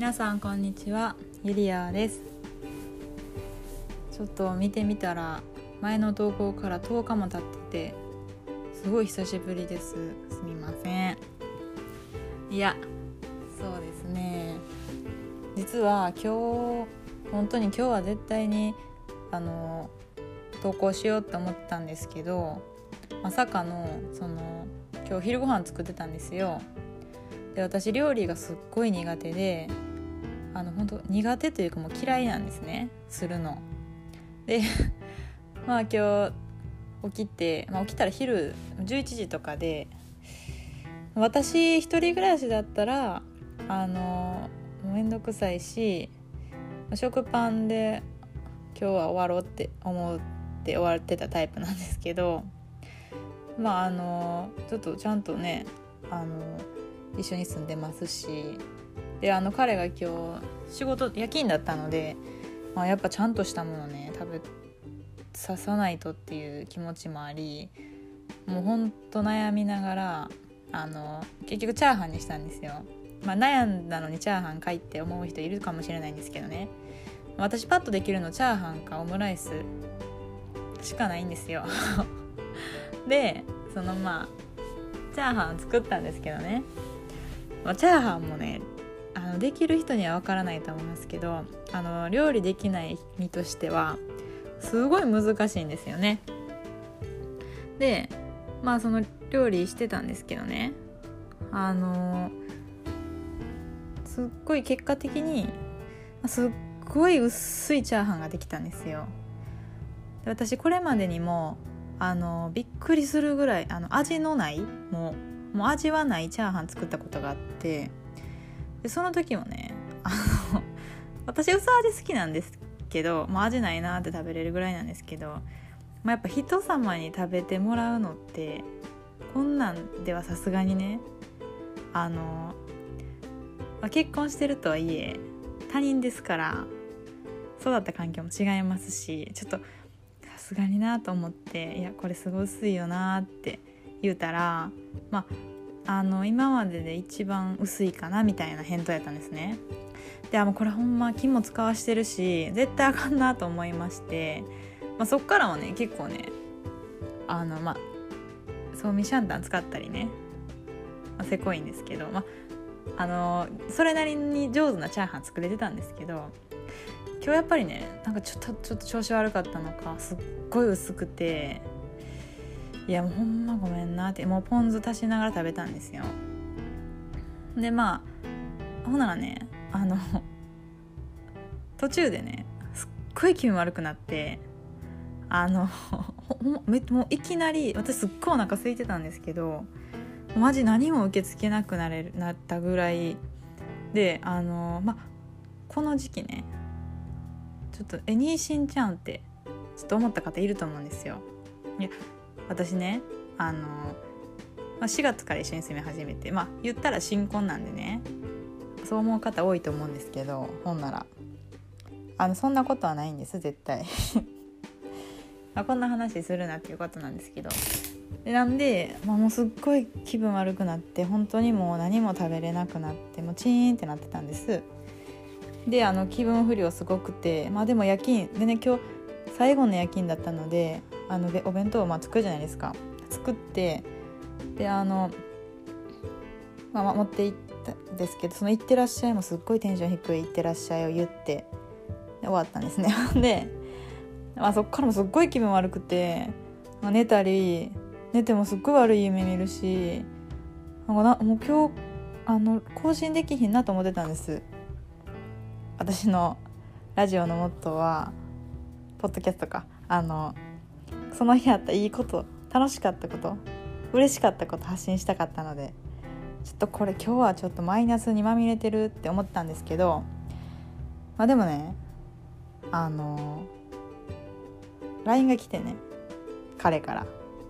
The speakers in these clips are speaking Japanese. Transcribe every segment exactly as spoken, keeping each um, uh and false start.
皆さんこんにちは、ゆりやです。ちょっと見てみたら前の投稿からとおかも経っててすごい久しぶりです。すみません。いやそうですね、実は今日本当に今日は絶対にあの投稿しようって思ってたんですけど、まさかのその今日昼ご飯作ってたんですよ。で私料理がすっごい苦手で、あの本当苦手というかもう嫌いなんですね、するのでまあ今日起きて、まあ、起きたら昼じゅういちじとかで、私一人暮らしだったらあのめんどくさいし食パンで今日は終わろうって思って終わってたタイプなんですけど、まああのちょっとちゃんとねあの一緒に住んでますし、であの彼が今日仕事夜勤だったので、まあ、やっぱちゃんとしたものね食べささないとっていう気持ちもあり、もうほんと悩みながらあの結局チャーハンにしたんですよ。まあ、悩んだのにチャーハンかいって思う人いるかもしれないんですけどね、私パッとできるのチャーハンかオムライスしかないんですよでそのまあチャーハン作ったんですけどね、まあ、チャーハンもねあのできる人には分からないと思いますけど、あの料理できない身としてはすごい難しいんですよね。でまあその料理してたんですけどね、あのすっごい結果的にすっごい薄いチャーハンができたんですよ。で私これまでにもあのびっくりするぐらいあの味のないもう、もう味はないチャーハン作ったことがあって、でその時もねあの私薄味好きなんですけど、まあ、味ないなって食べれるぐらいなんですけど、まあ、やっぱ人様に食べてもらうのってこんなんではさすがにねあの、まあ、結婚してるとはいえ他人ですから育った環境も違いますし、ちょっとさすがになと思って、いやこれすごい薄いよなって言うたら、まああの今までで一番薄いかなみたいな返答やったんですね。でもうこれほんま金も使わしてるし絶対あかんなと思いまして、まあ、そっからはね結構ねあのまあそうみシャンタン使ったりね、まあ、せこいんですけど、まああのそれなりに上手なチャーハン作れてたんですけど、今日やっぱりねなんかちょっとちょっと調子悪かったのかすっごい薄くて、いやもうほんまごめんなって、もうポン酢足しながら食べたんですよ。でまあほんならねあの途中でねすっごい気分悪くなって、あのもういきなり私すっごいお腹空いてたんですけど、マジ何も受け付けなくなれるなったぐらいで、あのまあこの時期ねちょっとえ妊娠ちゃうんってちょっと思った方いると思うんですよ。いや私ねあの、まあ、しがつから一緒に住み始めて、まあ言ったら新婚なんでねそう思う方多いと思うんですけど、ほんならあのそんなことはないんです絶対まあこんな話するなっていうことなんですけど、でなんで、まあ、もうすっごい気分悪くなって本当にもう何も食べれなくなってもうチーンってなってたんです。であの気分不良すごくて、まあでも夜勤でね今日最後の夜勤だったのであのお弁当をまあ作るじゃないですか。作ってであの、まあ、持って行ったんですけど、その行ってらっしゃいもすっごいテンション低い行ってらっしゃいを言って終わったんですねで、まあ、そっからもすっごい気分悪くて、まあ、寝たり寝てもすっごい悪い夢見るし、なんかなもう今日あの更新できひんなと思ってたんです。私のラジオのモットーはポッドキャストかあのその日あったいいこと楽しかったこと嬉しかったこと発信したかったので、ちょっとこれ今日はちょっとマイナスにまみれてるって思ったんですけど、まあでもねあの ライン が来てね彼から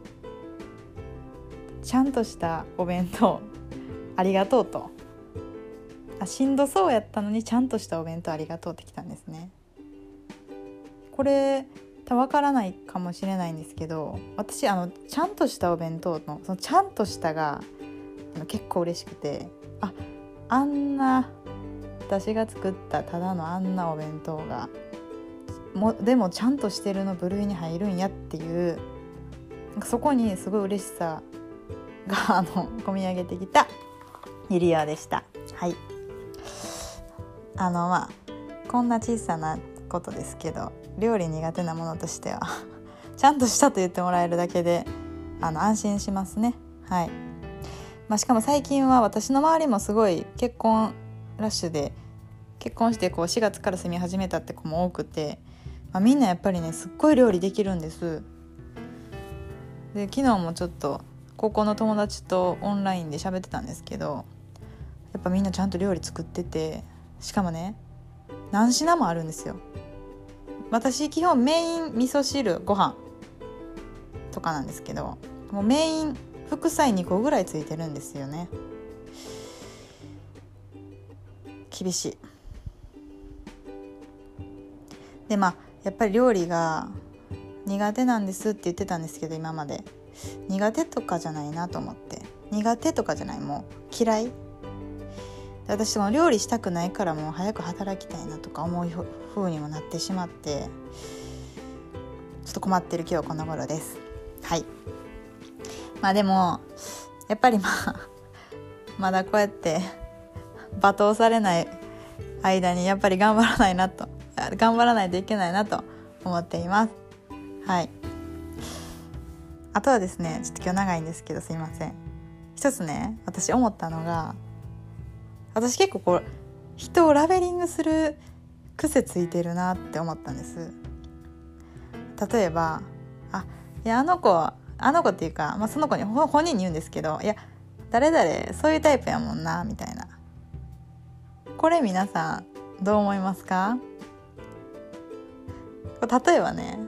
ちゃんとしたお弁当ありがとうと、あしんどそうやったのにちゃんとしたお弁当ありがとうって来たんですね。これわからないかもしれないんですけど、私あのちゃんとしたお弁当のそのちゃんとしたがあの結構嬉しくて、ああんな私が作ったただのあんなお弁当がもでもちゃんとしてるの部類に入るんやっていう、なんかそこにすごい嬉しさがあの込み上げてきたゆりよでした。はい、あのまあこんな小さなことですけど、料理苦手なものとしてはちゃんとしたと言ってもらえるだけであの安心しますね。はい、まあ、しかも最近は私の周りもすごい結婚ラッシュで、結婚してこうしがつから住み始めたって子も多くて、まあ、みんなやっぱりねすっごい料理できるんです。で昨日もちょっと高校の友達とオンラインで喋ってたんですけど、やっぱみんなちゃんと料理作ってて、しかもね何品もあるんですよ。私基本メイン味噌汁ご飯とかなんですけど、もうメイン副菜にこぐらいついてるんですよね。厳しい。でまあやっぱり料理が苦手なんですって言ってたんですけど、今まで苦手とかじゃないなと思って、苦手とかじゃない、もう嫌い。私も料理したくないからもう早く働きたいなとか思う風にもなってしまって、ちょっと困ってる今日この頃です。はい、まあでもやっぱりまあまだこうやって罵倒されない間にやっぱり頑張らないなと頑張らないといけないなと思っています。はい、あとはですね、ちょっと今日長いんですけどすいません。一つね、私思ったのが、私結構こう人をラベリングする癖ついてるなって思ったんです。例えばあいやあの子あの子っていうか、まあ、その子に本人に言うんですけど、いや誰々そういうタイプやもんなみたいな。これ皆さんどう思いますか？例えばね、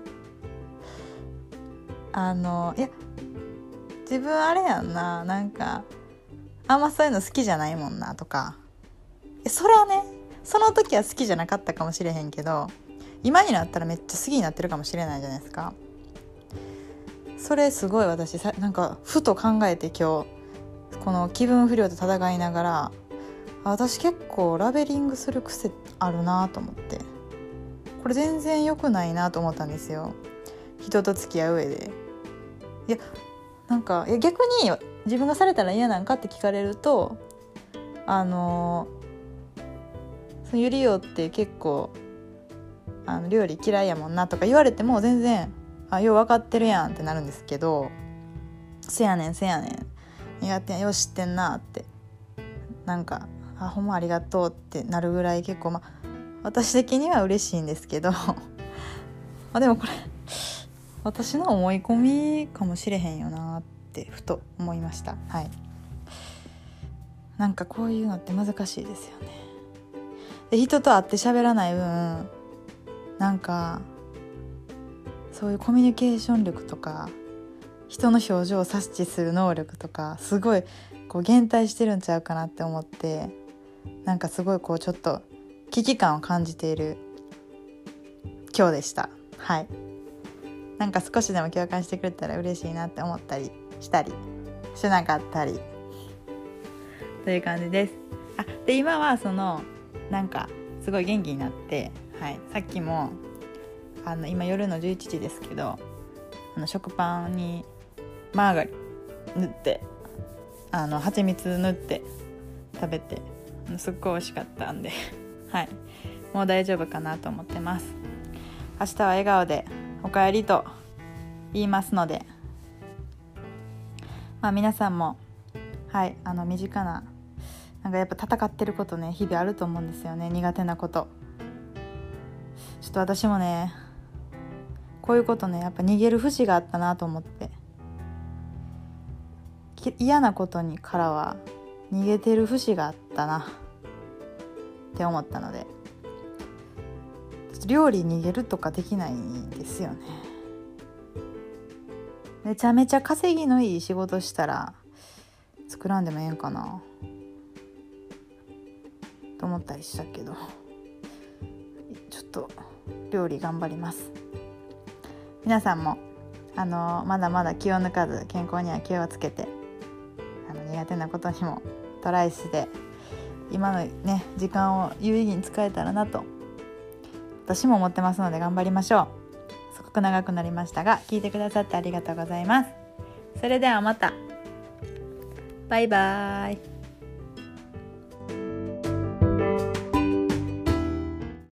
あのいや自分あれやんな、なんかあんまそういうの好きじゃないもんなとか、それはねその時は好きじゃなかったかもしれへんけど、今になったらめっちゃ好きになってるかもしれないじゃないですか。それすごい私さなんかふと考えて、今日この気分不良と戦いながら、私結構ラベリングする癖あるなと思って、これ全然良くないなと思ったんですよ、人と付き合う上で。いやなんかいや逆に自分がされたら嫌なんかって聞かれると、あのそのゆりよって結構あの料理嫌いやもんなとか言われても全然あよう分かってるやんってなるんですけど、せやねんせやねん苦手やよう知ってんなって、なんかあほんまありがとうってなるぐらい結構、まあ私的には嬉しいんですけどまあでもこれ私の思い込みかもしれへんよなってふと思いました。はい、なんかこういうのって難しいですよね。で人と会って喋らない分、なんかそういうコミュニケーション力とか人の表情を察知する能力とかすごいこう減退してるんちゃうかなって思って、なんかすごいこうちょっと危機感を感じている今日でした。はい、なんか少しでも共感してくれたら嬉しいなって思ったりしたりしなかったりという感じです。あで今はそのなんかすごい元気になって、はい、さっきもあの今夜のじゅういちじですけど、あの食パンにマーガリン塗ってあの蜂蜜塗って食べてすっごい美味しかったんではい、もう大丈夫かなと思ってます。明日は笑顔でお帰りと言いますので、まあ皆さんもはいあの身近ななんかやっぱ戦ってることね日々あると思うんですよね。苦手なこと、ちょっと私もねこういうことねやっぱ逃げる節があったなと思って、嫌なことにからは逃げてる節があったなって思ったので、料理逃げるとかできないんですよね。めちゃめちゃ稼ぎのいい仕事したら作らんでもええんかなと思ったりしたけど、ちょっと料理頑張ります。皆さんもあのまだまだ気を抜かず健康には気をつけて、あの苦手なことにもトライして今のね時間を有意義に使えたらなと私も思ってますので頑張りましょう。すごく長くなりましたが聞いてくださってありがとうございます。それではまた。バイバーイ。